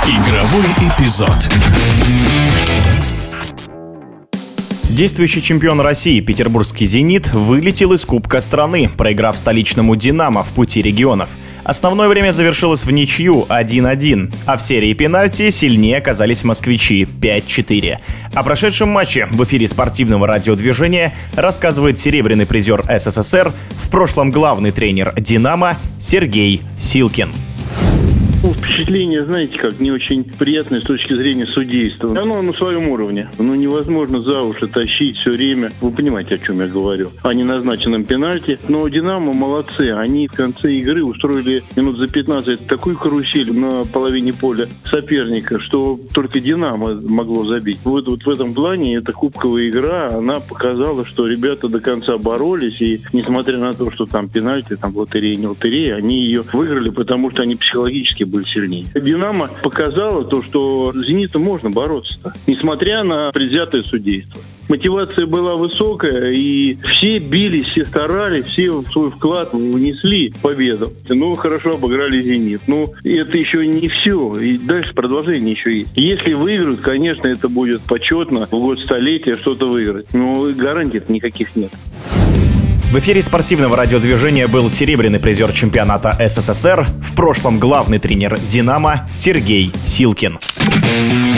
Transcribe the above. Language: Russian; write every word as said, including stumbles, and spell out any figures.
Игровой эпизод. Действующий чемпион России петербургский «Зенит» вылетел из Кубка страны, проиграв столичному «Динамо» в пути регионов. Основное время завершилось в ничью один-один, а в серии пенальти сильнее оказались москвичи пять-четыре. О прошедшем матче в эфире спортивного радиодвижения рассказывает серебряный призер СССР, в прошлом главный тренер «Динамо» Сергей Силкин. Ну, впечатление, знаете как, не очень приятное с точки зрения судейства. Оно на своем уровне. Ну, невозможно за уши тащить все время. Вы понимаете, о чем я говорю. О неназначенном пенальти. Но «Динамо» молодцы. Они в конце игры устроили минут за пятнадцать такую карусель на половине поля соперника, что только «Динамо» могло забить. Вот, вот в этом плане эта кубковая игра, она показала, что ребята до конца боролись. И несмотря на то, что там пенальти, там лотерея, не лотерея, они ее выиграли, потому что они психологически были сильнее. «Динамо» показала то, что «Зениту» можно бороться-то, несмотря на предвзятое судейство. Мотивация была высокая, и все бились, все старались, все свой вклад внесли в победу. Ну, хорошо обыграли «Зенит». Ну, это еще не все. И дальше продолжение еще есть. Если выиграют, конечно, это будет почетно в год столетия что-то выиграть. Но гарантий никаких нет. В эфире спортивного радиодвижения был серебряный призер чемпионата СССР, в прошлом главный тренер «Динамо» Сергей Силкин.